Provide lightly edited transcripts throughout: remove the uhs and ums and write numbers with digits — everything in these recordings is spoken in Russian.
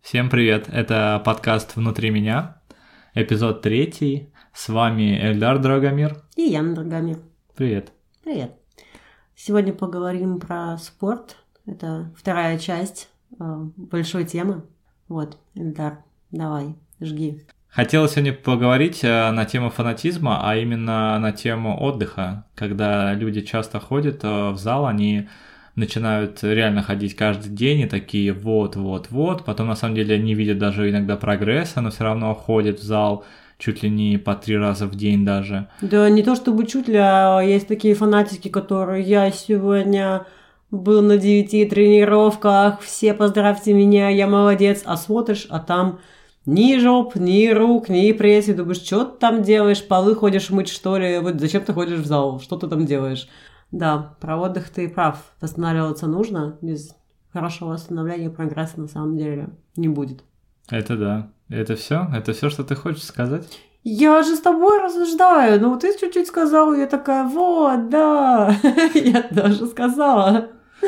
Всем привет, это подкаст «Внутри меня», эпизод 3. С вами Эльдар Драгомир. И Яна Драгомир. Привет. Привет. Сегодня поговорим про спорт. Это вторая часть большой темы. Вот, Эльдар, давай, жги. Хотела сегодня поговорить на тему фанатизма, а именно на тему отдыха. Когда люди часто ходят в зал, они начинают реально ходить каждый день и такие вот, потом на самом деле не видят даже иногда прогресса, но все равно ходят в зал чуть ли не по 3 раза в день даже. Да не то чтобы чуть ли, а есть такие фанатики, которые я сегодня был на 9 тренировках, все поздравьте меня, я молодец, а смотришь, а там ни жоп, ни рук, ни пресс, и думаешь, что ты там делаешь, полы ходишь мыть, что ли, вот зачем ты ходишь в зал, что ты там делаешь? Да, про отдых ты прав, восстанавливаться нужно, без хорошего восстановления прогресса на самом деле не будет. Это да, это все, что ты хочешь сказать? Я же с тобой рассуждаю, ну ты чуть-чуть сказала, я такая, вот, да, я тоже сказала.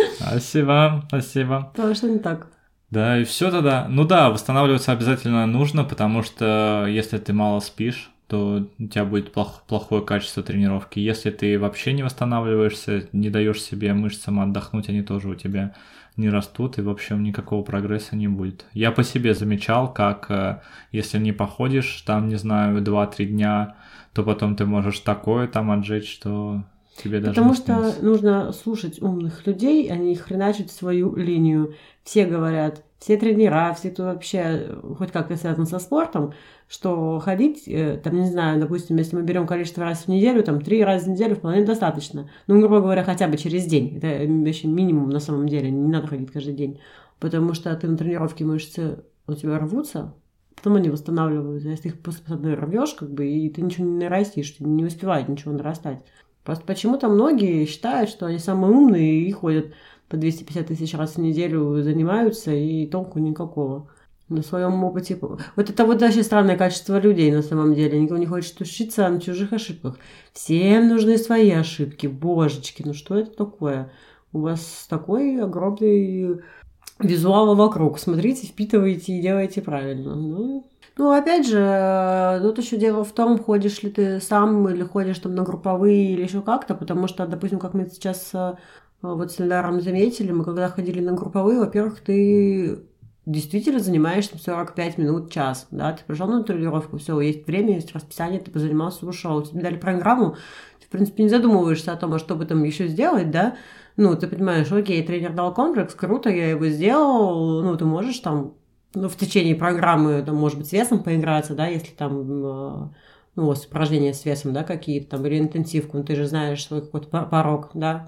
Спасибо. То, что не так. Да, и все тогда. Ну да, восстанавливаться обязательно нужно, потому что если ты мало спишь, то у тебя будет плохое качество тренировки. Если ты вообще не восстанавливаешься, не даешь себе мышцам отдохнуть, они тоже у тебя не растут, и в общем никакого прогресса не будет. Я по себе замечал, как если не походишь там, не знаю, 2-3 дня, то потом ты можешь такое там отжечь, что тебе даже Потому не что снится. нужно слушать умных людей, а не хреначить свою линию. Все говорят, все тренера, все, кто вообще хоть как-то связан со спортом, что ходить, там, не знаю, допустим, если мы берем количество раз в неделю, там, 3 раза в неделю вполне достаточно. Ну, грубо говоря, хотя бы через день. Это вообще минимум на самом деле, не надо ходить каждый день. Потому что ты на тренировке мышцы у тебя рвутся, потом они восстанавливаются. Если ты их просто одной рвешь, как бы, и ты ничего не нарастишь, ты не успеваешь ничего нарастать. Просто почему-то многие считают, что они самые умные и ходят по 250 тысяч раз в неделю, занимаются, и толку никакого. На своем опыте... Вот это вот вообще странное качество людей на самом деле. Никто не хочет учиться на чужих ошибках. Всем нужны свои ошибки. Божечки, ну что это такое? У вас такой огромный визуал вокруг. Смотрите, впитывайте и делайте правильно. Ну, опять же, тут еще дело в том, ходишь ли ты сам или ходишь там на групповые или еще как-то, потому что, допустим, как мы сейчас вот с Эльдаром заметили, мы когда ходили на групповые, во-первых, ты действительно занимаешься 45 минут, час, да, ты пришел на тренировку, все, есть время, есть расписание, ты позанимался, ушел, тебе дали программу, ты, в принципе, не задумываешься о том, а что бы там еще сделать, да, ну, ты понимаешь, окей, тренер дал комплекс, круто, я его сделал, ну, ты можешь там в течение программы, там, может быть, с весом поиграться, да, если там, упражнения с весом, да, какие-то там, или интенсивку, ну, ты же знаешь свой какой-то порог, да,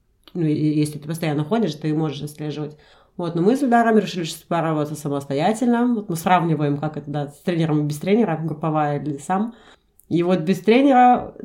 если ты постоянно ходишь, ты можешь отслеживать. Вот, но мы с Эльдаром решили спарываться самостоятельно, вот мы сравниваем, как это, да, с тренером и без тренера, групповая или сам. И вот без тренера,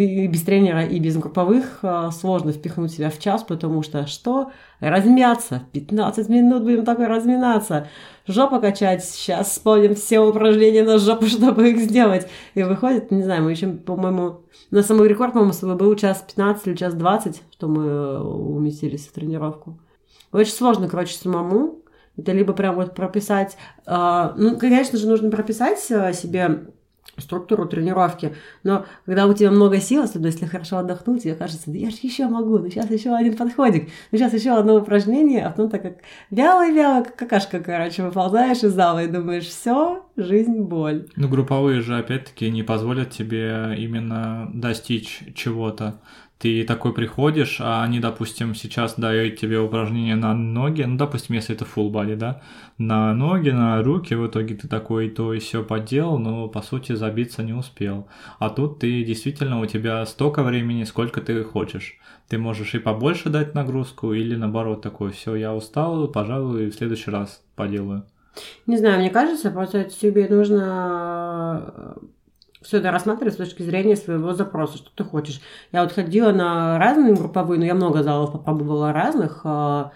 и без групповых сложно впихнуть себя в час, потому что что? Размяться. 15 минут будем такой разминаться. Жопу качать. Сейчас вспомним все упражнения на жопу, чтобы их сделать. И выходит, не знаю, мы еще, по-моему, на самый рекорд, по-моему, с тобой был час 15 или час 20, что мы уместились в тренировку. Очень сложно, короче, самому. Это либо прям вот прописать... конечно же, нужно прописать себе структуру тренировки, но когда у тебя много сил, особенно если хорошо отдохнуть, тебе кажется, да я же еще могу, сейчас еще один подходик, сейчас еще одно упражнение, а потом так как вяло-вяло, как какашка, короче, выползаешь из зала и думаешь, все, жизнь, боль. Ну, групповые же, опять-таки, не позволят тебе именно достичь чего-то. Ты такой приходишь, а они, допустим, сейчас дают тебе упражнения на ноги, ну, допустим, если это full body, да, на ноги, на руки, в итоге ты такой то и все поделал, но, по сути, забиться не успел. А тут ты действительно, у тебя столько времени, сколько ты хочешь. Ты можешь и побольше дать нагрузку, или наоборот такой, все, я устал, пожалуй, в следующий раз поделаю. Не знаю, мне кажется, просто тебе нужно... все это рассматривать с точки зрения своего запроса, что ты хочешь. Я вот ходила на разные групповые, но я много залов попробовала разных,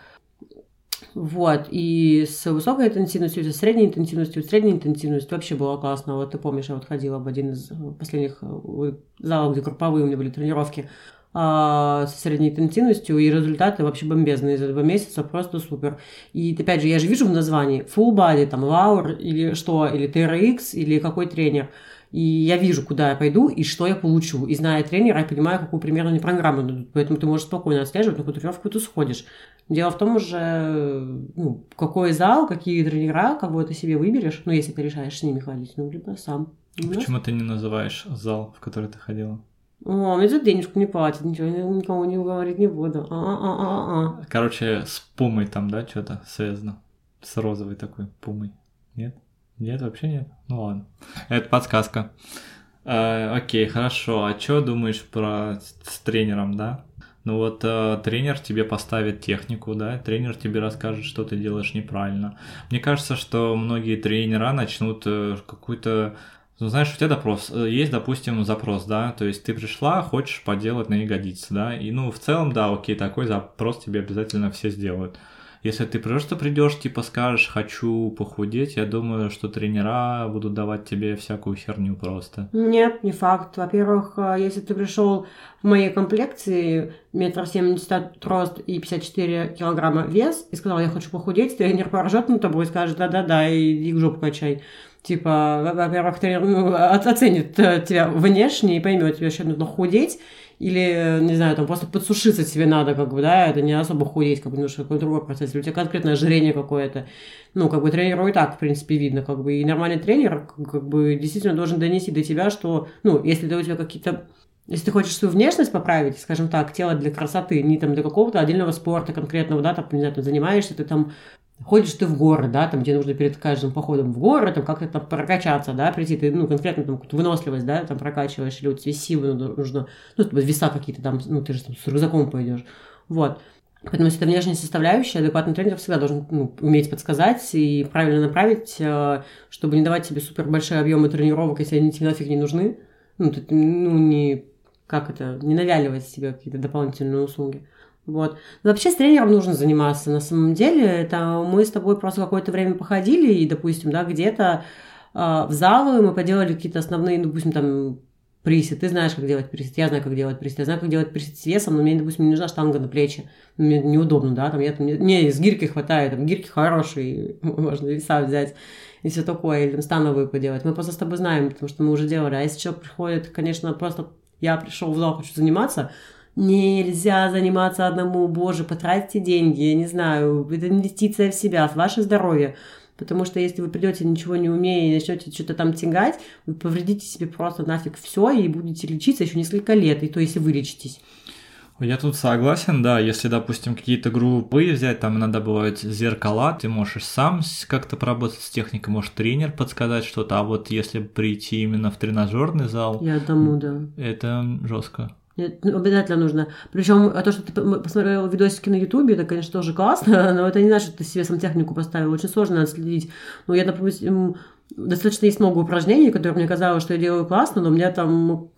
вот, и с высокой интенсивностью, и с средней интенсивностью, средняя интенсивность вообще было классно. Вот ты помнишь, я вот ходила в один из последних залов, где групповые у меня были тренировки. со средней интенсивностью, и результаты вообще бомбезные за 2 месяца, просто супер. И опять же, я же вижу в названии full body, там, Lauer, или что, или TRX, или какой тренер. И я вижу, куда я пойду и что я получу. И зная тренера, я понимаю, какую примерно мне программу дадут. Поэтому ты можешь спокойно отслеживать, на какую тренировку ты сходишь. Дело в том уже, какой зал, какие тренера, кого ты себе выберешь, если ты решаешь с ними ходить, либо сам. Почему ты не называешь зал, в который ты ходила? Мне за денежку не платят, ничего, никому не говорить не буду. Короче, с Пумой там, да, что-то связано? С розовой такой Пумой. Нет? Нет, вообще нет? Ну ладно. Это подсказка. Окей, хорошо. А что думаешь с тренером, да? Ну вот тренер тебе поставит технику, да, тренер тебе расскажет, что ты делаешь неправильно. Мне кажется, что многие тренера начнут какую-то... Ну, знаешь, у тебя есть, допустим, запрос, да, то есть ты пришла, хочешь поделать на ягодице, да, и, в целом, да, окей, такой запрос тебе обязательно все сделают. Если ты просто придешь, типа скажешь, хочу похудеть, я думаю, что тренера будут давать тебе всякую херню просто. Нет, не факт. Во-первых, если ты пришел в моей комплекции, 1,70 м рост и 54 килограмма вес, и сказал, я хочу похудеть, тренер поржет над тобой и скажет, да-да-да, иди к жопу качай. Типа, во-первых, тренер оценит тебя внешне и поймет, тебе еще нужно худеть, или, не знаю, там просто подсушиться тебе надо, это не особо худеть, немножко какой-то другой процесс, или у тебя конкретное ожирение какое-то. Тренеру и так, в принципе, видно, и нормальный тренер, действительно должен донести до тебя, что, если у тебя какие-то... Если ты хочешь свою внешность поправить, скажем так, тело для красоты, не там для какого-то отдельного спорта конкретного, да, там, не знаю, ты занимаешься, ты там ходишь ты в горы, да, там, где нужно перед каждым походом в горы, там, как-то там прокачаться, да, прийти, ты, конкретно там какую-то выносливость, да, там, прокачиваешь, или вот тебе силы нужно, веса какие-то там, ты же там с рюкзаком пойдешь, вот. Поэтому, если это внешняя составляющая, адекватный тренер всегда должен уметь подсказать и правильно направить, чтобы не давать себе супер большие объемы тренировок, если они тебе нафиг не нужны, не навяливать себе какие-то дополнительные услуги. Вот. Но вообще с тренером нужно заниматься. На самом деле, это мы с тобой просто какое-то время походили, и, допустим, да, где-то в залы мы поделали какие-то основные, допустим, там, присед. Ты знаешь, как делать присед, я знаю, как делать присед. Я знаю, как делать присед с весом, но мне, допустим, не нужна штанга на плечи. Мне неудобно, да, там, мне с гирькой хватает, там, гирки хорошие, можно веса взять и все такое, или там становые поделать. Мы просто с тобой знаем, потому что мы уже делали. А если человек приходит, конечно, просто я пришел в зал, хочу заниматься, нельзя заниматься одному, боже, потратьте деньги, я не знаю, это инвестиция в себя, в ваше здоровье. Потому что если вы придете, ничего не умея, и начнете что-то там тягать, вы повредите себе просто нафиг все и будете лечиться еще несколько лет, и то если вы лечитесь. Я тут согласен, да, если, допустим, какие-то группы взять, там иногда бывают зеркала, ты можешь сам как-то поработать с техникой, может тренер подсказать что-то, а вот если прийти именно в тренажерный зал, я одному, да. Это жестко. Нет, обязательно нужно. Причем то, что ты посмотрел видосики на Ютубе, это, конечно, тоже классно, но это не значит, что ты себе сам технику поставил. Очень сложно надо следить. Я, допустим, достаточно есть много упражнений, которые мне казалось, что я делаю классно, но у меня там,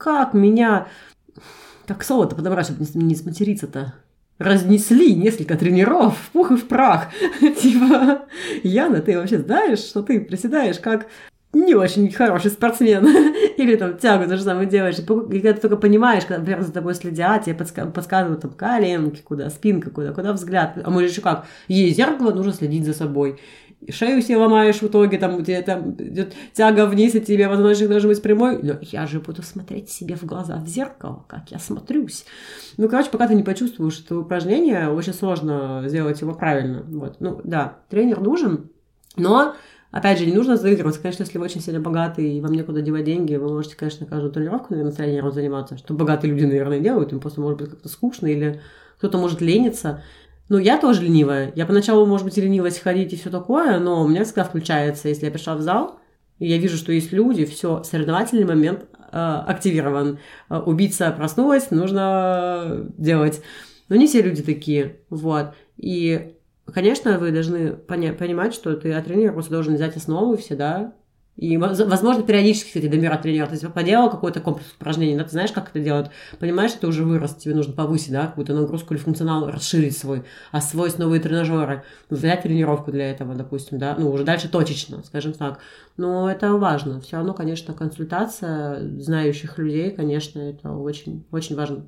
как слово-то подобрать, чтобы не сматериться-то? Разнесли несколько тренеров в пух и в прах. Типа, Яна, ты вообще знаешь, что ты приседаешь как не очень хороший спортсмен. Или там тягу то же самое делаешь. И когда ты только понимаешь, когда, например, за тобой следят, тебе подсказывают там коленки, куда, спинка, куда взгляд. А может еще как? Есть зеркало, нужно следить за собой. И шею себе ломаешь в итоге, там у тебя там идет тяга вниз, и тебе позвоночник должен быть прямой. Но я же буду смотреть себе в глаза в зеркало, как я смотрюсь. Пока ты не почувствуешь это упражнение, очень сложно сделать его правильно. Вот. Да, тренер нужен, но опять же, не нужно заигрываться. Конечно, если вы очень сильно богатый и вам некуда девать деньги, вы можете, конечно, каждую тренировку, наверное, тренером заниматься, что богатые люди, наверное, делают, им просто может быть как-то скучно, или кто-то может лениться. Я тоже ленивая. Я поначалу, может быть, и ленилась ходить и все такое, но у меня всегда включается, если я пришла в зал, и я вижу, что есть люди, все, соревновательный момент активирован. Убийца проснулась, нужно делать. Но не все люди такие. Вот. И конечно, вы должны понимать, что ты от тренера просто должен взять основу всегда. И, возможно, периодически, кстати, домирать тренера. Ты поделал какой-то комплекс упражнений, да, ты знаешь, как это делать. Понимаешь, что ты уже вырос, тебе нужно повысить, да, какую-то нагрузку или функционал расширить свой, освоить новые тренажеры, взять тренировку для этого, допустим, да, уже дальше точечно, скажем так. Но это важно. Все равно, конечно, консультация знающих людей, конечно, это очень, очень важно.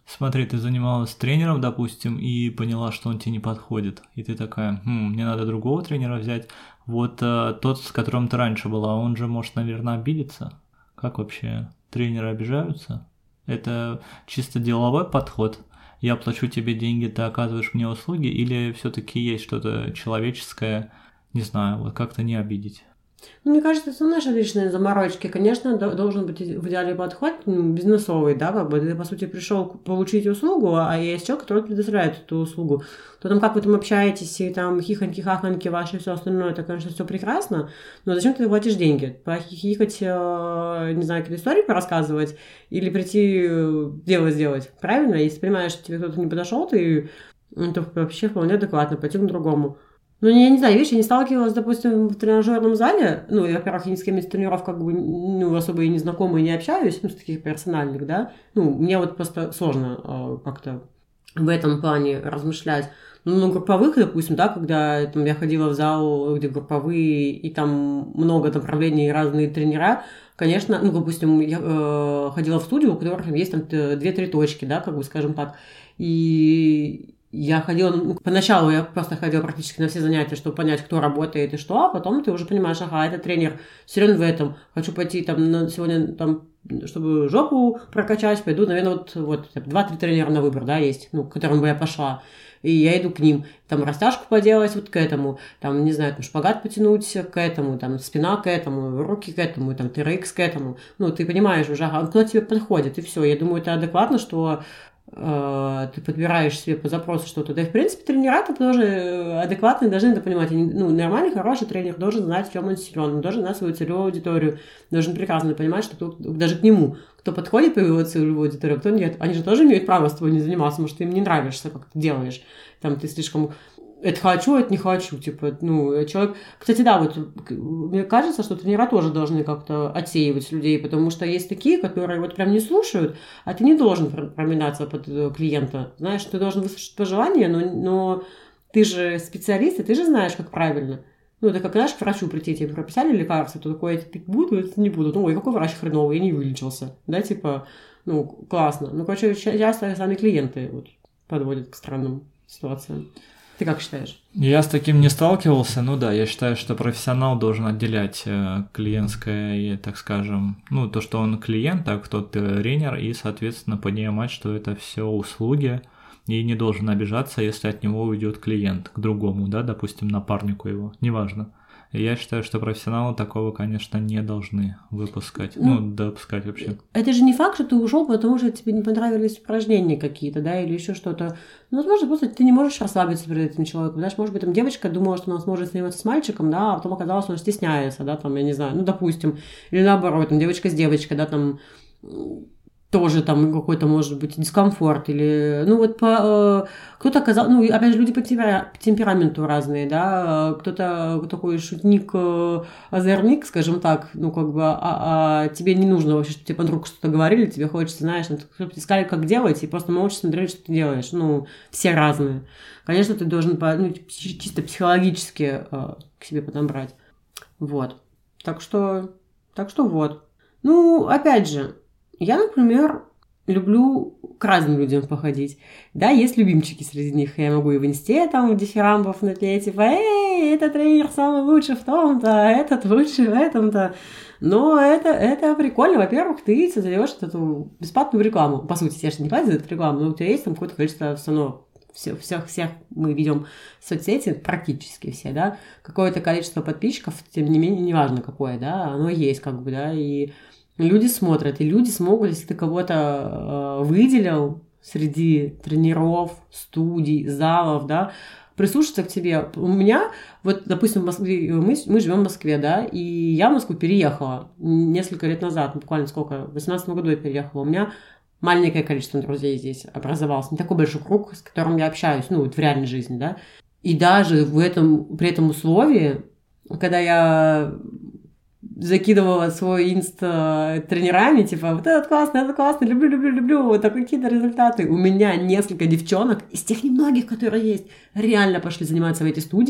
Смотри, ты занималась тренером, допустим, и поняла, что он тебе не подходит. И ты такая, мне надо другого тренера взять. Вот тот, с которым ты раньше была, он же может, наверное, обидеться. Как вообще? Тренеры обижаются? Это чисто деловой подход? Я плачу тебе деньги, ты оказываешь мне услуги? Или все-таки есть что-то человеческое, не знаю, вот как-то не обидеть? Ну, мне кажется, это наши личные заморочки. Конечно, должен быть в идеале подход бизнесовый, да, как бы ты, по сути, пришел получить услугу, а есть человек, который предоставляет эту услугу. То там, как вы там общаетесь, и там хихоньки-хахоньки ваши, и все остальное, это, конечно, все прекрасно, но зачем ты платишь деньги? Похихикать, не знаю, какие-то истории порассказывать или прийти дело сделать, правильно? Если понимаешь, что тебе кто-то не подошел, ты то вообще вполне адекватно пойти к другому. Ну, я не знаю, видишь, я не сталкивалась, допустим, в тренажерном зале. Ну, я, во-первых, ни с кем из тренеров как бы, ну, особо и не знакомы, и не общаюсь, ну, с таких персональных, да. Ну, мне вот просто сложно как-то в этом плане размышлять. Ну, групповых, допустим, да, когда там, я ходила в зал, где групповые, и там много направлений, разные тренера, конечно, ну, допустим, я ходила в студию, у которых есть там 2-3 точки, да, как бы, скажем так, и я ходила, ну, поначалу я просто ходила практически на все занятия, чтобы понять, кто работает и что, а потом ты уже понимаешь, ага, этот тренер силен в этом, хочу пойти там сегодня, там, чтобы жопу прокачать, пойду, наверное, вот 2-3 тренера на выбор, да, есть, ну, к которым бы я пошла. И я иду к ним, там, растяжку поделать вот к этому, там, не знаю, там, шпагат потянуть к этому, там, спина к этому, руки к этому, там, TRX к этому. Ну, ты понимаешь уже, ага, кто тебе подходит, и все. Я думаю, это адекватно, что ты подбираешь себе по запросу что-то. Да и, в принципе, тренера-то тоже адекватные, должны это понимать. Ну, нормальный, хороший тренер должен знать, в чем он силен, он должен знать свою целевую аудиторию, должен прекрасно понимать, что даже к нему, кто подходит по его целевую аудиторию, кто нет. Они же тоже имеют право с тобой не заниматься, может, ты им не нравишься, как ты делаешь. Там ты слишком... Это хочу, это не хочу, типа, ну, человек... Кстати, да, вот мне кажется, что тренера тоже должны как-то отсеивать людей, потому что есть такие, которые вот прям не слушают, а ты не должен проминаться под клиента, знаешь, ты должен выслушать пожелания, но ты же специалист, и ты же знаешь, как правильно. Ну, это как, знаешь, к врачу прийти, тебе прописали лекарства, то такое, это буду, это не буду. Ну, ой, какой врач хреновый, я не вылечился, да, типа, ну, классно. Ну, короче, часто сами клиенты вот подводят к странным ситуациям. Ты как считаешь? Я с таким не сталкивался, ну да, я считаю, что профессионал должен отделять клиентское и, так скажем, ну, то, что он клиент, а кто тренер, и, соответственно, понимать, что это все услуги, и не должен обижаться, если от него уйдет клиент к другому, да, допустим, напарнику его, неважно. Я считаю, что профессионалы такого, конечно, не должны выпускать, допускать вообще. Это же не факт, что ты ушел, потому что тебе не понравились упражнения какие-то, да, или еще что-то. Ну, возможно, просто ты не можешь расслабиться перед этим человеком. Знаешь, может быть, там девочка думала, что она сможет заниматься с мальчиком, да, а потом оказалось, что он стесняется, да, там, я не знаю, ну, допустим. Или наоборот, там, девочка с девочкой, да, там... тоже там какой-то, может быть, дискомфорт или, ну, вот кто-то оказался, ну, опять же, люди по темпераменту разные, да, кто-то такой шутник, озорник, скажем так, ну, как бы, тебе не нужно вообще, чтобы тебе подруга что-то говорили, тебе хочется, знаешь, чтобы тебе сказали, как делать, и просто молча смотреть, что ты делаешь, ну, все разные. Конечно, ты должен, ну, чисто психологически к себе подобрать, вот. Так что вот. Ну, опять же, я, например, люблю к разным людям походить. Да, есть любимчики среди них. Я могу и в инсте там дифирамбов напеть, типа, этот тренер самый лучший в том-то, этот лучший в этом-то. Но это прикольно. Во-первых, ты создаешь эту бесплатную рекламу. По сути, тебе же не платят за эту рекламу, но у тебя есть там какое-то количество все равно. Всех мы ведем соцсети, практически все, да. Какое-то количество подписчиков, тем не менее, неважно какое, да, оно есть как бы, да, и люди смотрят, и люди смогут, если ты кого-то выделил среди тренеров, студий, залов, да, прислушаться к тебе. У меня, вот, допустим, в Москве, мы живем в Москве, да, и я в Москву переехала несколько лет назад, буквально сколько, в 2018 году я переехала. У меня маленькое количество друзей здесь образовалось, не такой большой круг, с которым я общаюсь, ну, вот в реальной жизни, да. И даже при этом условии, когда я закидывала свой инста тренерами, типа, вот это классно, люблю, вот так какие-то результаты. У меня несколько девчонок, из тех немногих, которые есть, реально пошли заниматься в эти студии,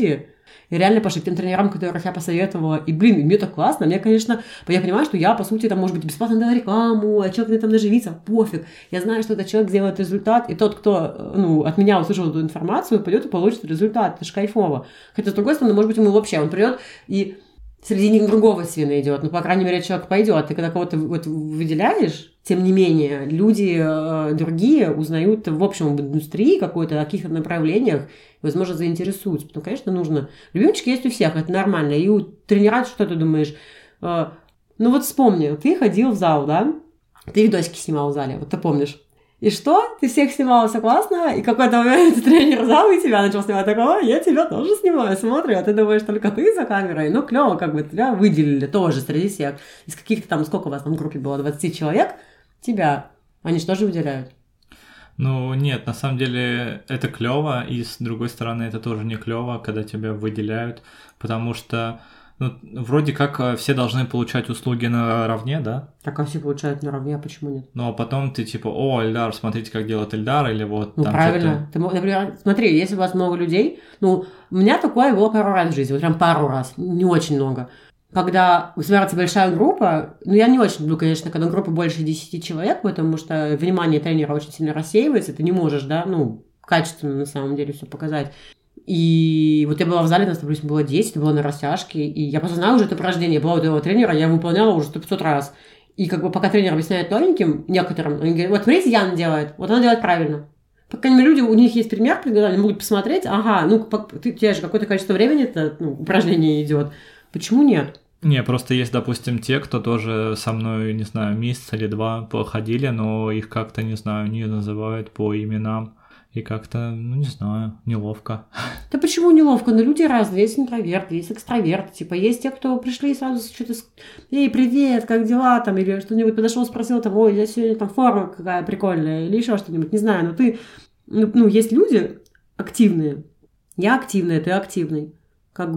И реально пошли к тем тренерам, которых я посоветовала. И, блин, мне так классно. Мне, конечно, я понимаю, что я, по сути, там, может быть, бесплатно дала рекламу, а человек на этом наживится, пофиг. Я знаю, что этот человек сделает результат, и тот, кто, ну, от меня услышал эту информацию, пойдет и получит результат. Это же кайфово. Хотя, с другой стороны, может быть, ему вообще, он придет и среди них другого свина идет. Ну, по крайней мере, человек пойдет. Ты когда кого-то вот выделяешь, тем не менее, люди другие узнают в общем об индустрии какой-то, о каких-то направлениях, возможно, заинтересуются. Потому, конечно, нужно. Любимчики есть у всех, это нормально. И у тренера, что ты думаешь? Ну, вот вспомни, ты ходил в зал, да? Ты видосики снимал в зале, вот ты помнишь. И что? Ты всех снимала, все классно, и какой-то момент тренер зала и тебя начал снимать. Такого, я тебя тоже снимаю, смотрю, а ты думаешь, только ты за камерой. Ну, клево, как бы тебя выделили тоже среди всех. Из каких-то там, сколько у вас там в группе было, 20 человек, тебя. Они же тоже выделяют. Ну, нет, на самом деле это клево, и с другой стороны это тоже не клево, когда тебя выделяют, потому что ну, вроде как все должны получать услуги наравне, да? Так, а все получают наравне, а почему нет? Ну, а потом ты типа, о, Эльдар, смотрите, как делает Эльдар, или вот ну, там правильно. Ты, например, смотри, если у вас много людей, ну, у меня такое было пару раз в жизни, вот прям пару раз, не очень много. Когда собирается большая группа, ну, я не очень люблю, конечно, когда группа больше 10 человек, потому что внимание тренера очень сильно рассеивается, ты не можешь, да, ну, качественно на самом деле все показать. И вот я была в зале, нас, допустим, было 10, было на растяжке, и я просто знаю уже это упражнение, была у этого тренера, я выполняла уже 500 раз. И как бы пока тренер объясняет новеньким, некоторым, они говорят, вот смотрите, Яна делает, вот она делает правильно. По крайней мере, люди, у них есть пример, когда они могут посмотреть, ага, ну, у тебя же какое-то количество времени это упражнение идет. Почему нет? Не, просто есть, допустим, те, кто тоже со мной, не знаю, месяц или два походили, но их как-то, не знаю, не называют по именам. И как-то, ну, не знаю, неловко. Да почему неловко? Ну, люди разные. Есть интроверты, есть экстраверты. Типа, есть те, кто пришли и сразу что-то... Эй, привет, как дела? Там, или что-нибудь подошел, спросил, там, ой, я сегодня там форма какая прикольная, или еще что-нибудь. Не знаю, но ты... Ну, есть люди активные. Я активная, ты активный. Как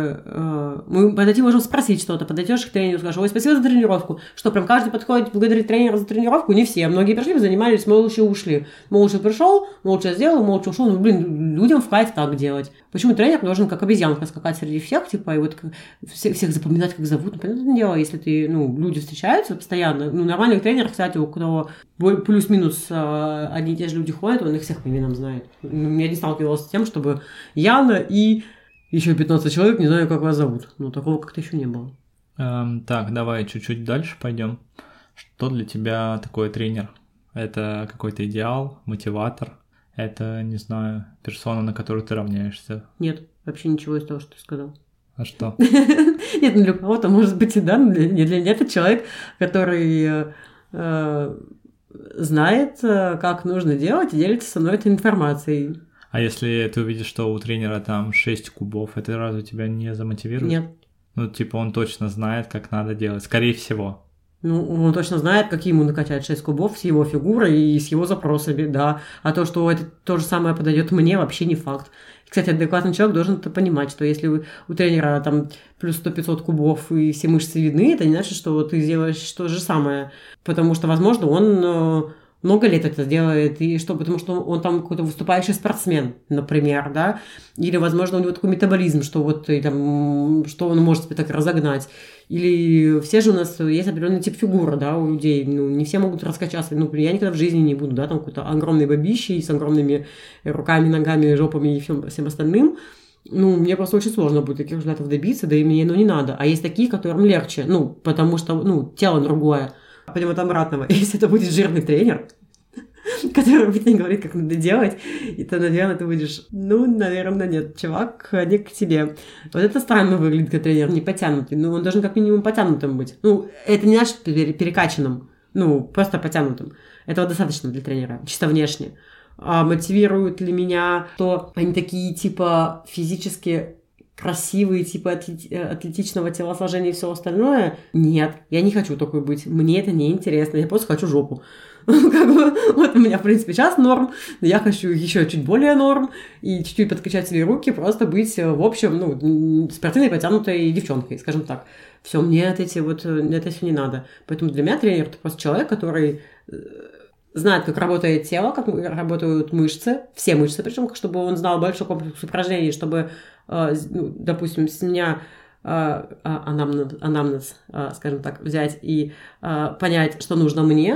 бы мы подойти можем спросить что-то, подойдешь к тренеру, скажешь, ой, спасибо за тренировку. Что, прям каждый подходит благодарить тренера за тренировку? Не все. Многие пришли, занимались, молча ушли. Молча пришел, молча сделал, молча ушел. Ну, блин, людям в кайф так делать. Почему тренер должен как обезьянка скакать среди всех, типа, и вот всех запоминать, как зовут? Ну, понятное дело, если ты, ну, люди встречаются постоянно. Ну, нормальный тренер, кстати, у кого плюс-минус одни и те же люди ходят, он их всех по именам знает. Я не сталкивалась с тем, чтобы Яна и еще 15 человек, не знаю, как вас зовут. Но такого как-то еще не было. Так, давай чуть-чуть дальше пойдем. Что для тебя такой тренер? Это какой-то идеал, мотиватор? Это, не знаю, персона, на которую ты равняешься? Нет, вообще ничего из того, что ты сказал. А что? Нет, ну для кого-то может быть и да, но для меня это человек, который знает, как нужно делать и делится со мной этой информацией. А если ты увидишь, что у тренера там 6 кубов, это разве тебя не замотивирует? Нет. Ну, типа, он точно знает, как надо делать. Скорее всего. Ну, он точно знает, какие ему накачать 6 кубов с его фигурой и с его запросами, да. А то, что это то же самое подойдет мне, вообще не факт. Кстати, адекватный человек должен это понимать, что если у тренера там плюс 100-500 кубов и все мышцы видны, это не значит, что ты сделаешь то же самое. Потому что, возможно, он... много лет это делает, и что, потому что он там какой-то выступающий спортсмен, например, да, или, возможно, у него такой метаболизм, что вот там, что он может себе так разогнать, или все же у нас есть определенный тип фигуры, да, у людей, ну, не все могут раскачаться, ну, я никогда в жизни не буду, да, там какой-то огромный бабищей с огромными руками, ногами, жопами и всем остальным. Ну, мне просто очень сложно будет таких результатов добиться, да и мне, ну, не надо. А есть такие, которым легче, ну, потому что, ну, тело другое. Пойдем от обратного. Если это будет жирный тренер, который будет мне говорить, как надо делать, и то, наверное, ты будешь, ну, наверное, нет, чувак, не к тебе. Вот это странно выглядит, как тренер, не потянутый. Ну, он должен как минимум потянутым быть. Ну, это не значит перекачанным, ну, просто потянутым. Этого достаточно для тренера, чисто внешне. А мотивируют ли меня, что они такие, типа, физически красивые, типа атлетичного телосложения и все остальное? Нет, я не хочу такой быть. Мне это не интересно. Я просто хочу жопу. Как бы, вот у меня, в принципе, сейчас норм, но я хочу еще чуть более норм и чуть-чуть подкачать свои руки, просто быть, в общем, ну, спортивной, потянутой девчонкой, скажем так. Все, мне это все не надо. Поэтому для меня тренер — это просто человек, который знает, как работает тело, как работают мышцы, все мышцы, причем, чтобы он знал большой комплекс упражнений, чтобы допустим, с меня анамнез, скажем так, взять и понять, что нужно мне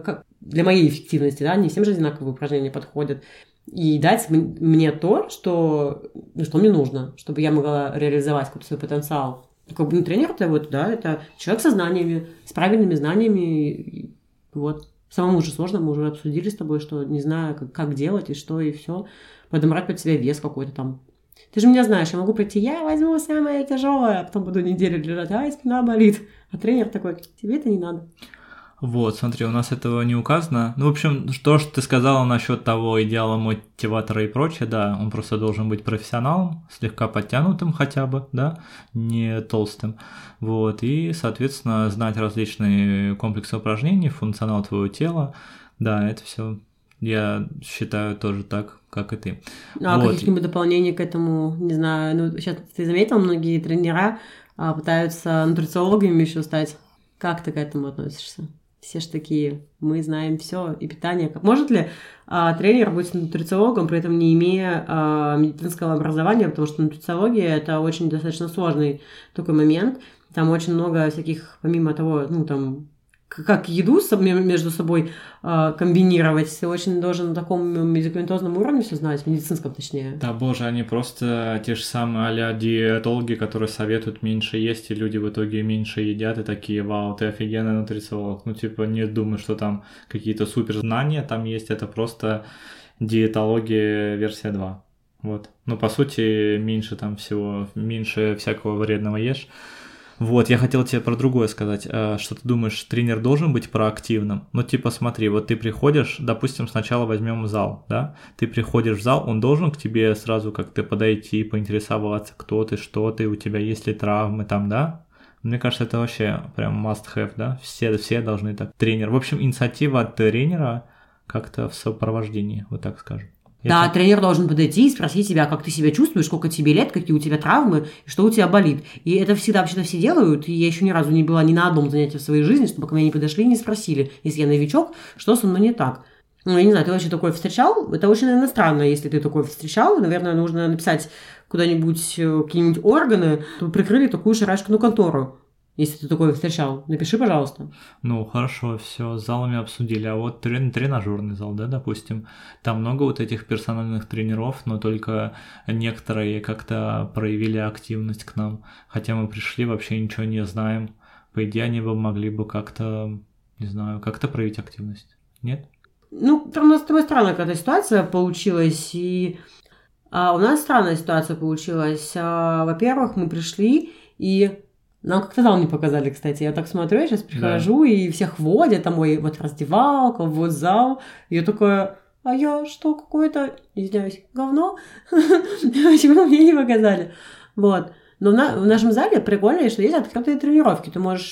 для моей эффективности, да, не всем же одинаковые упражнения подходят, и дать мне то, что мне нужно, чтобы я могла реализовать какой-то свой потенциал. Как бы тренер-то это человек со знаниями, с правильными знаниями, и вот. Самому же сложно, мы уже обсудили с тобой, что не знаю, как делать и что, и все. Подобрать под себя вес какой-то там. Ты же меня знаешь, я могу прийти, я возьму самое тяжелое, а потом буду неделю лежать, спина болит. А тренер такой, тебе это не надо. Вот, смотри, у нас этого не указано. Ну, в общем, то, что ты сказала насчет того идеала мотиватора и прочее, да, он просто должен быть профессионалом, слегка подтянутым хотя бы, да, не толстым. Вот, и, соответственно, знать различные комплексы упражнений, функционал твоего тела. Да, это все, я считаю, тоже так, как и ты. А вот. Какие-нибудь дополнения к этому, не знаю, ну, сейчас ты заметил, многие тренера пытаются нутрициологами еще стать. Как ты к этому относишься? Все ж такие, мы знаем все и питание. Может ли тренер быть нутрициологом, при этом не имея медицинского образования, потому что нутрициология – это очень достаточно сложный такой момент. Там очень много всяких, помимо того, ну, там, как еду между собой комбинировать, ты очень должен на таком медикаментозном уровне все знать, медицинском точнее. Да, боже, они просто те же самые а-ля диетологи, которые советуют меньше есть, и люди в итоге меньше едят, и такие, вау, ты офигенный нутрициолог. Ну, типа, не думаю, что там какие-то суперзнания там есть, это просто диетология версия 2. Вот. Ну, по сути, меньше там всего, меньше всякого вредного ешь. Вот, я хотел тебе про другое сказать, что ты думаешь, тренер должен быть проактивным? Ну, типа, смотри, вот ты приходишь, допустим, сначала возьмем зал, да, ты приходишь в зал, он должен к тебе сразу как-то подойти, поинтересоваться, кто ты, что ты, у тебя есть ли травмы там, да? Мне кажется, это вообще прям must have, да, все должны так. Тренер, в общем, инициатива от тренера как-то в сопровождении, вот так скажем. Да, тренер должен подойти и спросить тебя, как ты себя чувствуешь, сколько тебе лет, какие у тебя травмы, и что у тебя болит. И это всегда вообще-то все делают, и я еще ни разу не была ни на одном занятии в своей жизни, чтобы ко мне не подошли и не спросили, если я новичок, что со мной не так. Ну, я не знаю, ты вообще такое встречал? Это очень, наверное, странно, если ты такое встречал. Наверное, нужно написать куда-нибудь какие-нибудь органы, чтобы прикрыли такую шарашкину контору. Если ты такое встречал, напиши, пожалуйста. Ну, хорошо, все, с залами обсудили. А вот тренажерный зал, да, допустим, там много вот этих персональных тренеров, но только некоторые как-то проявили активность к нам. Хотя мы пришли, вообще ничего не знаем. По идее, они бы могли бы как-то, не знаю, как-то проявить активность. Нет? Ну, там у нас с тобой странная какая-то ситуация получилась, и у нас странная ситуация получилась. Во-первых, мы пришли, и нам как-то зал не показали, кстати. Я так смотрю, я сейчас прихожу, да. И всех водят, там мой вот раздевалка, вот зал. И я такая, а я что, какое-то, извиняюсь, говно? Почему мне не показали? Вот. Но в нашем зале прикольно, что есть открытые тренировки.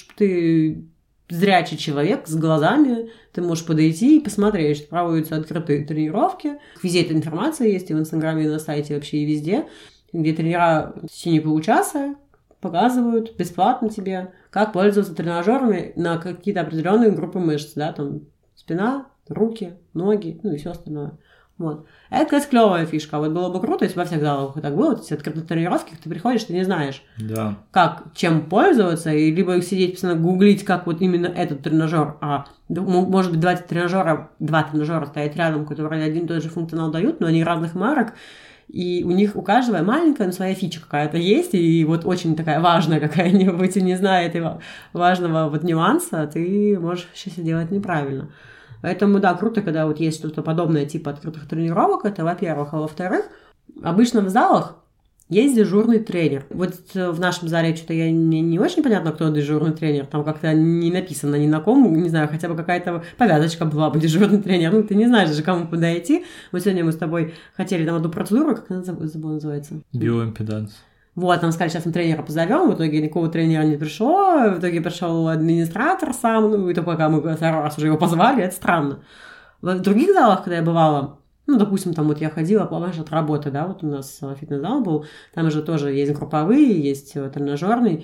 Ты зрячий человек с глазами, ты можешь подойти и посмотреть, что проводятся открытые тренировки. Везде эта информация есть, и в Инстаграме, и на сайте вообще, и везде, где тренера в течение получаса показывают бесплатно тебе, как пользоваться тренажерами на какие-то определенные группы мышц, да, там спина, руки, ноги, ну и все остальное. Вот. Это, кстати, клевая фишка. Вот было бы круто, если во всех залах так было, вот эти открытые тренировки, ты приходишь, ты не знаешь, да. Как, чем пользоваться, и либо сидеть, постоянно гуглить, как вот именно этот тренажер, может быть, два тренажера стоят рядом, которые один и тот же функционал дают, но они разных марок, и у них у каждого маленькая, но своя фича какая-то есть, и вот очень такая важная какая-нибудь, и не зная этого важного вот нюанса, ты можешь все делать неправильно. Поэтому, да, круто, когда вот есть что-то подобное типа открытых тренировок, это во-первых. А во-вторых, обычно в залах есть дежурный тренер. Вот в нашем зале что-то не очень понятно, кто дежурный тренер. Там как-то не написано ни на ком, не знаю, хотя бы какая-то повязочка была бы дежурный тренер. Ну, ты не знаешь даже, кому подойти. Вот сегодня мы с тобой хотели там одну процедуру, как она называется? Биоимпеданс. Вот, нам сказали, сейчас мы тренера позовем, в итоге никакого тренера не пришло, в итоге пришел администратор сам, ну, и то пока мы второй раз уже его позвали, это странно. В других залах, когда я бывала, ну, допустим, там вот я ходила, помнишь, от работы, да, вот у нас фитнес-зал был, там же тоже есть групповые, есть тренажерный,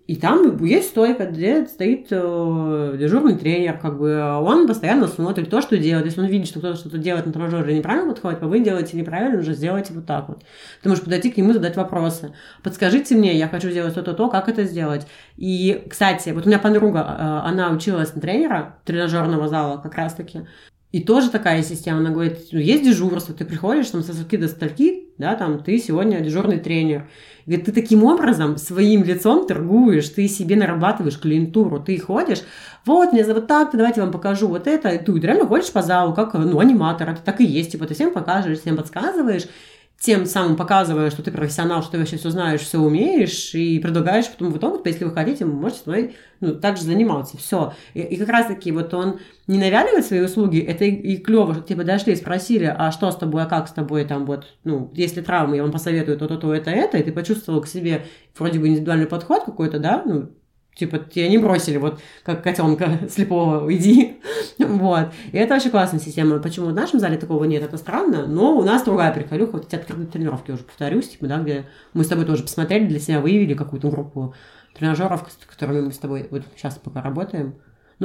И там есть стойка, где стоит дежурный тренер, как бы, он постоянно смотрит то, что делает. Если он видит, что кто-то что-то делает на тренажере неправильно подходит, вы делаете неправильно, уже сделайте вот так вот. Ты можешь подойти к нему, задать вопросы. Подскажите мне, я хочу сделать то-то, как это сделать. И, кстати, вот у меня подруга, она училась на тренера тренажерного зала как раз-таки. И тоже такая система, она говорит, есть дежурство, ты приходишь там со скольки до стольки, да, там ты сегодня дежурный тренер. Говорит, ты таким образом своим лицом торгуешь, ты себе нарабатываешь клиентуру, ты ходишь, вот, меня зовут так, давайте я вам покажу вот это, и ты реально ходишь по залу, как, аниматор, это так и есть, типа, ты всем покажешь, всем подсказываешь, тем самым показывая, что ты профессионал, что ты вообще все знаешь, все умеешь, и предлагаешь потом в итоге, если вы хотите, вы можете с мной так же заниматься. Все. И как раз-таки вот он не навяливает свои услуги, это и клево, что типа дошли, спросили, а что с тобой, а как с тобой, там вот, если травмы, я вам посоветую то, это, и ты почувствовал к себе вроде бы индивидуальный подход какой-то, да, типа, тебя не бросили, вот, как котенка слепого, иди. Вот. И это очень классная система. Почему в нашем зале такого нет, это странно, но у нас другая приколюха. Вот эти открытые тренировки, уже повторюсь, типа, да, где мы с тобой тоже посмотрели, для себя выявили какую-то группу тренажеров, с которыми мы с тобой вот сейчас пока работаем.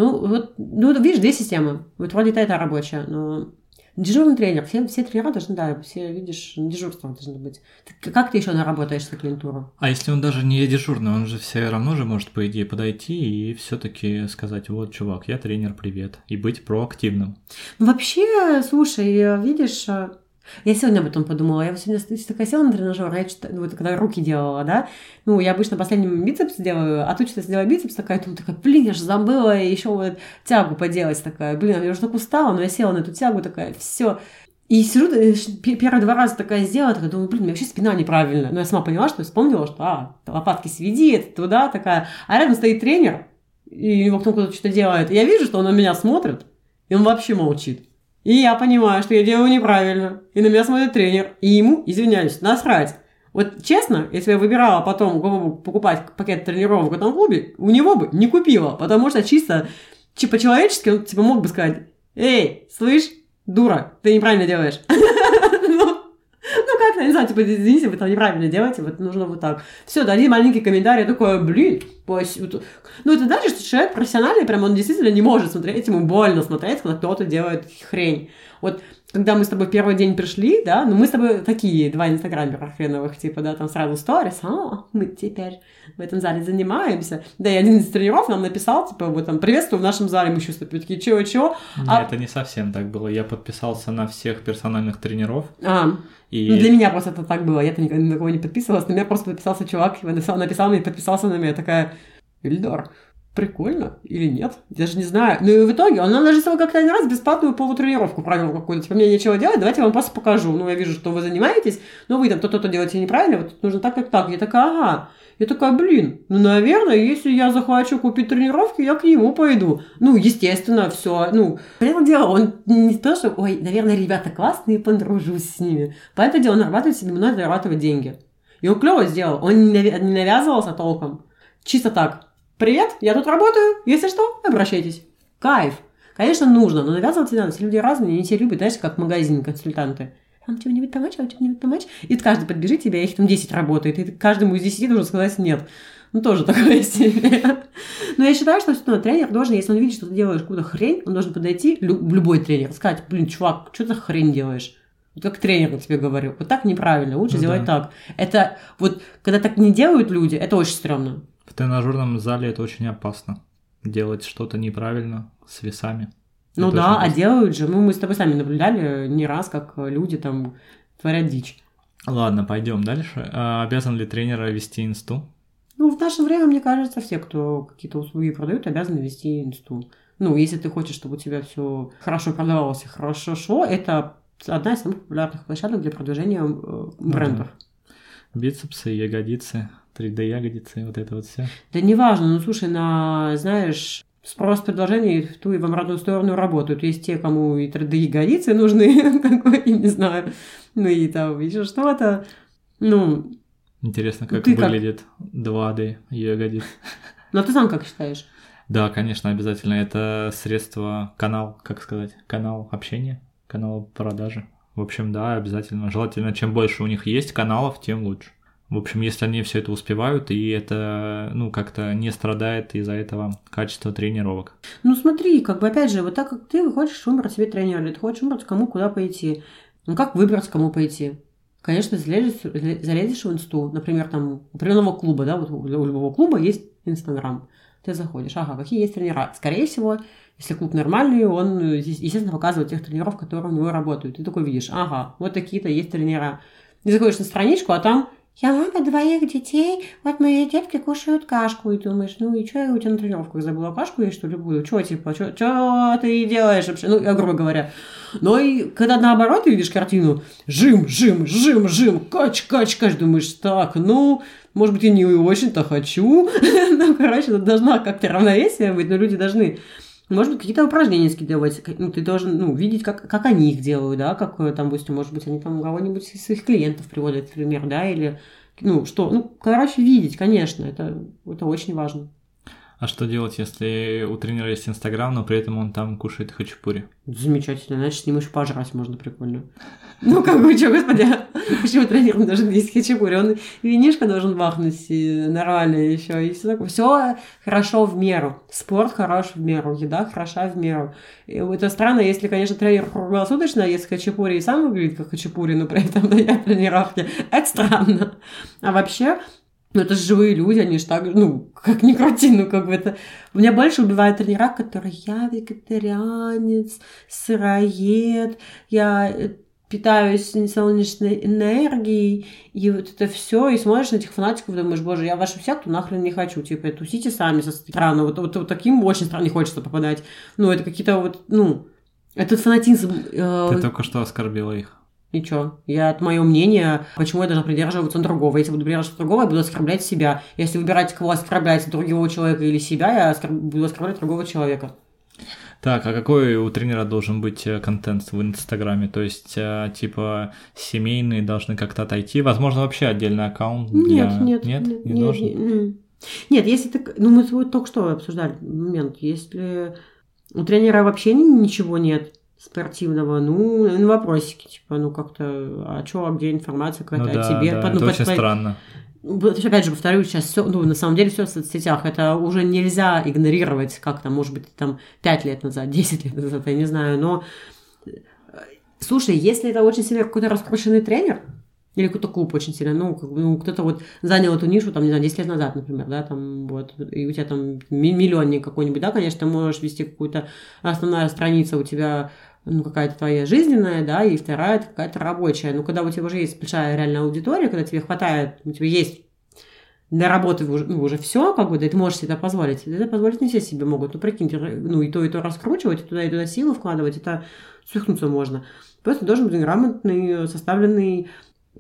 Видишь, две системы. Вот вроде это рабочая, но дежурный тренер, все тренера должны, да, все, видишь, дежурство должно быть. Как ты еще наработаешь свою клиентуру? А если он даже не дежурный, он же все равно же может, по идее, подойти и все-таки сказать, вот, чувак, я тренер, привет, и быть проактивным. Вообще, слушай, видишь, я сегодня об этом подумала. Я сегодня такая села на тренажер, когда руки делала, да. Я обычно последним бицепс делаю, а тут что-то сделаю бицепс, такая, блин, я же забыла еще вот тягу поделать такая. Блин, я уже так устала, но я села на эту тягу, такая, все. И сижу, первые 2 раза такая сделала, такая, думаю, блин, у меня вообще спина неправильная. Но я сама поняла, что вспомнила, что, лопатки сведи, это туда, такая. А рядом стоит тренер, и его кто-то что-то делает. И я вижу, что он на меня смотрит, и он вообще молчит. И я понимаю, что я делаю неправильно. И на меня смотрит тренер. И ему, извиняюсь, насрать. Вот честно, если я выбирала потом покупать пакет тренировок в этом клубе, у него бы не купила. Потому что чисто по-человечески он типа мог бы сказать: эй, слышь, дура, ты неправильно делаешь. Как-то, не знаю, типа, извините, вы там неправильно делаете, вот нужно вот так. Все, дай маленький комментарий, такой, блин, это значит, что человек профессиональный, прям он действительно не может смотреть, ему больно смотреть, когда кто-то делает хрень. Вот, когда мы с тобой первый день пришли, да, мы с тобой такие 2 инстаграмера хреновых, типа, да, там сразу сторис, мы теперь в этом зале занимаемся. Да, и один из тренеров нам написал, типа, вот там, приветствую в нашем зале, мы чувствуем такие, чего? Нет, это не совсем так было. Я подписался на всех персональных тренеров. И... для меня просто это так было, я-то никогда на кого не подписывалась, на меня просто подписался чувак, написал мне и подписался на меня, такая, Ильдар, прикольно или нет? Я даже не знаю. И в итоге он нам даже как-то один раз бесплатную полутренировку провел какую-то. Типа, мне нечего делать, давайте я вам просто покажу. Я вижу, что вы занимаетесь, но вы там то-то делаете неправильно, вот нужно так. Я такая, ага. Я такая, блин, наверное, если я захочу купить тренировки, я к нему пойду. Естественно, все. Понятное дело, он не то, что, наверное, ребята классные, подружусь с ними. Поэтому дело, он нарабатывает себе мной зарабатывать деньги. И он клево сделал. Он не навязывался толком. Чисто так. Привет, я тут работаю, если что, обращайтесь. Кайф. Конечно, нужно, но навязываться не надо. Все люди разные, не все любят, знаешь, как в магазине консультанты. Вам чем-нибудь помочь? И каждый подбежит тебе, их там 10 работает, и ты каждому из 10 должен сказать нет. Тоже такое себе. Но я считаю, что тренер должен, если он видит, что ты делаешь какую-то хрень, он должен подойти, любой тренер, сказать, блин, чувак, что ты за хрень делаешь? Вот как тренер тебе говорю, вот так неправильно, лучше делать так. Это вот, когда так не делают люди, это очень стрёмно. В тренажерном зале это очень опасно. Делать что-то неправильно с весами. А делают же. Мы с тобой сами наблюдали не раз, как люди там творят дичь. Ладно, пойдем дальше. Обязан ли тренер вести инсту? В наше время, мне кажется, все, кто какие-то услуги продают, обязаны вести инсту. Если ты хочешь, чтобы у тебя все хорошо продавалось и хорошо шло, это одна из самых популярных площадок для продвижения брендов. Бицепсы, ягодицы, 3D-ягодицы, вот это вот все. Да неважно, слушай, знаешь, спрос предложений в ту и в обратную сторону работают. Есть те, кому и 3D-ягодицы нужны, не знаю, и там еще что-то. Интересно, как выглядит 2D-ягодицы. Но ты сам как считаешь? Да, конечно, обязательно. Это средство, канал общения, канал продажи. В общем, да, обязательно. Желательно, чем больше у них есть каналов, тем лучше. В общем, если они все это успевают, и это, ну, как-то не страдает из-за этого качество тренировок. Ну смотри, как бы опять же, вот так как ты хочешь выбрать себе тренера, или ты хочешь выбрать, кому куда пойти. Ну как выбрать, кому пойти? Конечно, залезешь в инсту, например, там, у определенного клуба, да, вот у любого клуба есть Инстаграм. Ты заходишь, ага, какие есть тренера? Скорее всего, если клуб нормальный, он, естественно, показывает тех тренеров, которые у него работают. Ты такой видишь, ага, вот такие-то есть тренера. Ты заходишь на страничку, а там я мама двоих детей, вот мои детки кушают кашку. И думаешь, ну и что я у тебя на тренировках забыла кашку есть, что ли, буду? Что, типа, что ты делаешь вообще? Ну, грубо говоря. Но и когда наоборот ты видишь картину, жим, кач, думаешь, так, ну, может быть, я не очень-то хочу. Ну, короче, тут должна как-то равновесие быть, но люди должны... Может быть, какие-то упражнения скидывать. Ну, ты должен, ну, видеть, как они их делают, да, как там, допустим, может быть, они там кого-нибудь из своих клиентов приводят, например, да, или, ну, что, ну, короче, видеть, конечно, это очень важно. А что делать, если у тренера есть Инстаграм, но при этом он там кушает хачапури? Замечательно, значит, с ним еще пожрать можно прикольно. Ну, как бы, что, господи, почему тренер должен есть хачапури? Он винишко должен бахнуть нормально еще, и все такое. Все хорошо в меру. Спорт хорош в меру, еда хороша в меру. И это странно, если, конечно, тренер круглосуточно ест хачапури и сам выглядит как хачапури, но при этом на тренировке. Это странно. А вообще... Ну, это же живые люди, они же так, ну, как ни крути, ну, как бы это... Меня больше убивают тренера, которые я вегетарианец, сыроед, я питаюсь солнечной энергией, и вот это все, и смотришь на этих фанатиков, думаешь, боже, я в вашу секту нахрен не хочу, типа, тусите сами со странно, вот таким очень странно не хочется попадать. Ну, это какие-то вот, ну, этот фанатизм... Ты только что оскорбила их. И чё? Это мое мнение, почему я должна придерживаться другого. Если буду придерживаться другого, я буду оскорблять себя. Если выбирать, кого оскорблять, другого человека или себя, я буду оскорблять другого человека. Так, а какой у тренера должен быть контент в Инстаграме? То есть, типа, семейные должны как-то отойти? Возможно, вообще отдельный аккаунт? Нет, не должен? Нет, если ты... Ну, мы только что обсуждали момент. Если у тренера вообще ничего нет спортивного, ну, вопросики, типа, ну, как-то, а что, а где информация какая-то о тебе? Да, это очень странно. Опять же, повторюсь, сейчас все, ну, на самом деле все в соцсетях, это уже нельзя игнорировать, как там, может быть, там 5 лет назад, 10 лет назад, я не знаю, но, слушай, если это очень сильно какой-то раскрученный тренер, или какой-то клуб очень сильно, ну, как бы, ну, кто-то вот занял эту нишу, там, не знаю, 10 лет назад, например, да, там, вот, и у тебя там миллионник какой-нибудь, да, конечно, ты можешь вести какую-то основная страница у тебя, ну, какая-то твоя жизненная, да, и вторая какая-то рабочая. Но когда у тебя уже есть большая реальная аудитория, когда тебе хватает, у тебя есть для работы уже все, как бы, да, и ты можешь себе это позволить. Это позволить не все себе могут. Ну, прикинь, ну, и то раскручивать, и туда силы вкладывать, это свихнуться можно. Просто должен быть грамотный, составленный,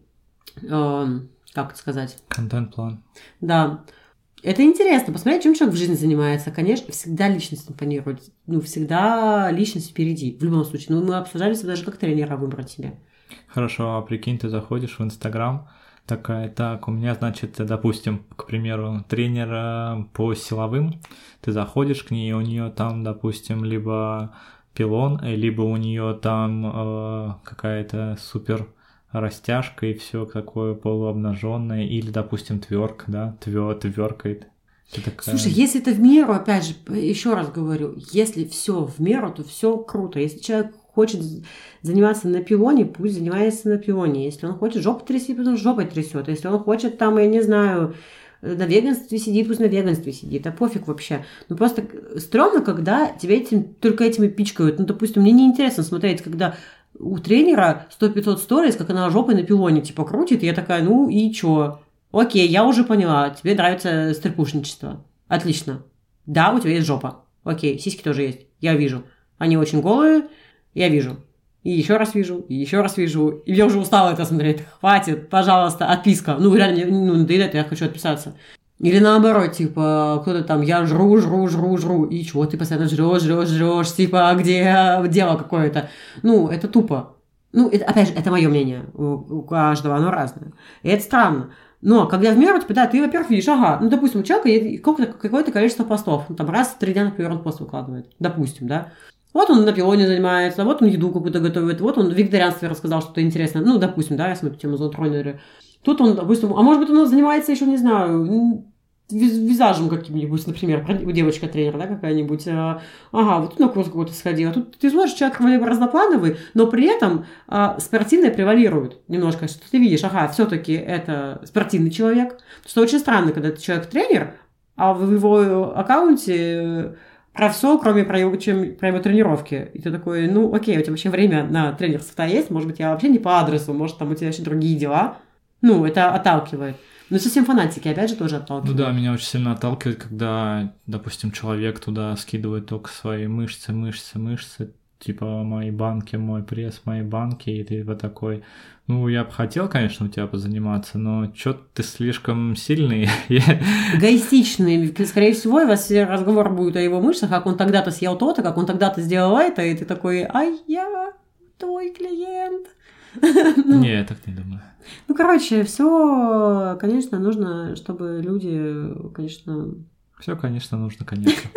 как это сказать? Контент-план. Да. Это интересно, посмотреть, чем человек в жизни занимается. Конечно, всегда личность импонирует. Ну, всегда личность впереди, в любом случае. Ну, мы обсуждали даже, как тренера выбрать себе. Хорошо, а прикинь, ты заходишь в Инстаграм, такая, так, у меня, значит, допустим, к примеру, тренер по силовым, ты заходишь к ней, у нее там, допустим, либо пилон, либо у нее там какая-то супер растяжка и все такое полуобнаженное, или, допустим, тверк, да, тверкает. Такая... Слушай, если это в меру, опять же, еще раз говорю, если все в меру, то все круто. Если человек хочет заниматься на пилоне, пусть занимается на пилоне. Если он хочет жопу трясти, пусть он жопой трясет. Если он хочет там, я не знаю, на веганстве сидит, пусть на веганстве сидит, а пофиг вообще. Ну просто стрёмно, когда тебя только этими пичкают. Ну, допустим, мне неинтересно смотреть, когда у тренера 100-500 сторис, как она жопой на пилоне, типа, крутит, и я такая, ну и чё? Окей, я уже поняла, тебе нравится стрипушничество. Отлично. Да, у тебя есть жопа. Окей, сиськи тоже есть, я вижу. Они очень голые, я вижу. И еще раз вижу, и еще раз вижу. И я уже устала это смотреть. Хватит, пожалуйста, отписка. Ну, реально, ну, надоедает, я хочу отписаться. Или наоборот, типа, кто-то там, я жру, и чего ты постоянно жрешь, типа, где дело какое-то. Ну, это тупо. Ну, это, опять же, это мое мнение, у каждого оно разное. И это странно. Но когда в меру, типа, да, ты, во-первых, видишь, ага, ну, допустим, у человека есть какое-то количество постов, ну, там, раз в 3 дня, например, он пост выкладывает, допустим, да. Вот он на пилоне занимается, вот он еду какую-то готовит, вот он в вегетарианстве рассказал что-то интересное, ну, допустим, да, если мы эту тему затронули. Тут он, допустим, а может быть, он занимается еще, не знаю, визажем каким-нибудь, например, девочка-тренер, да, какая-нибудь. Ага, вот тут на курс какой-то сходила. Тут ты смотришь, человек вроде бы разноплановый, но при этом спортивное превалирует немножко. Что ты видишь, ага, все-таки это спортивный человек. Потому что очень странно, когда ты человек-тренер, а в его аккаунте про все, кроме про его тренировки. И ты такой, ну, окей, у тебя вообще время на тренерство есть, может быть, я вообще не по адресу, может, там у тебя вообще другие дела. Ну, это отталкивает. Ну, совсем фанатики, опять же, тоже отталкивают. Ну да, меня очень сильно отталкивает, когда, допустим, человек туда скидывает только свои мышцы, типа мои банки, мой пресс, мои банки, и ты вот такой, ну, я бы хотел, конечно, у тебя позаниматься, но чё-то ты слишком сильный. Эгоистичный. Скорее всего, у вас разговор будет о его мышцах, как он тогда-то съел то-то, как он тогда-то сделал это, и ты такой, а я твой клиент. Не, я так не думаю. Ну, короче, все, конечно, нужно, чтобы люди, конечно... Все, конечно, нужно, конечно.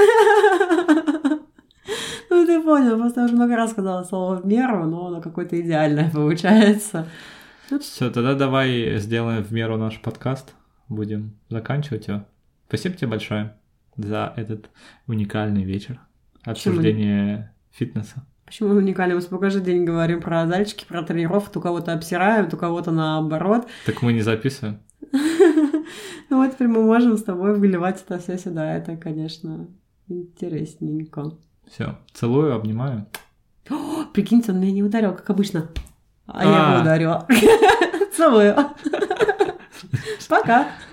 Ну, ты понял, просто я уже много раз сказала слово «в меру», но оно какое-то идеальное получается. Все, тогда давай сделаем в меру наш подкаст. Будем заканчивать его. Спасибо тебе большое за этот уникальный вечер обсуждения фитнеса. Почему уникально? Мы каждый день говорим про зальчики, про тренировку, то кого-то обсираем, то кого-то наоборот. Так мы не записываем. Ну вот теперь мы можем с тобой выливать это все сюда. Это, конечно, интересненько. Все, целую, обнимаю. Прикиньте, он меня не ударил, как обычно. А я его ударила. Целую. Пока.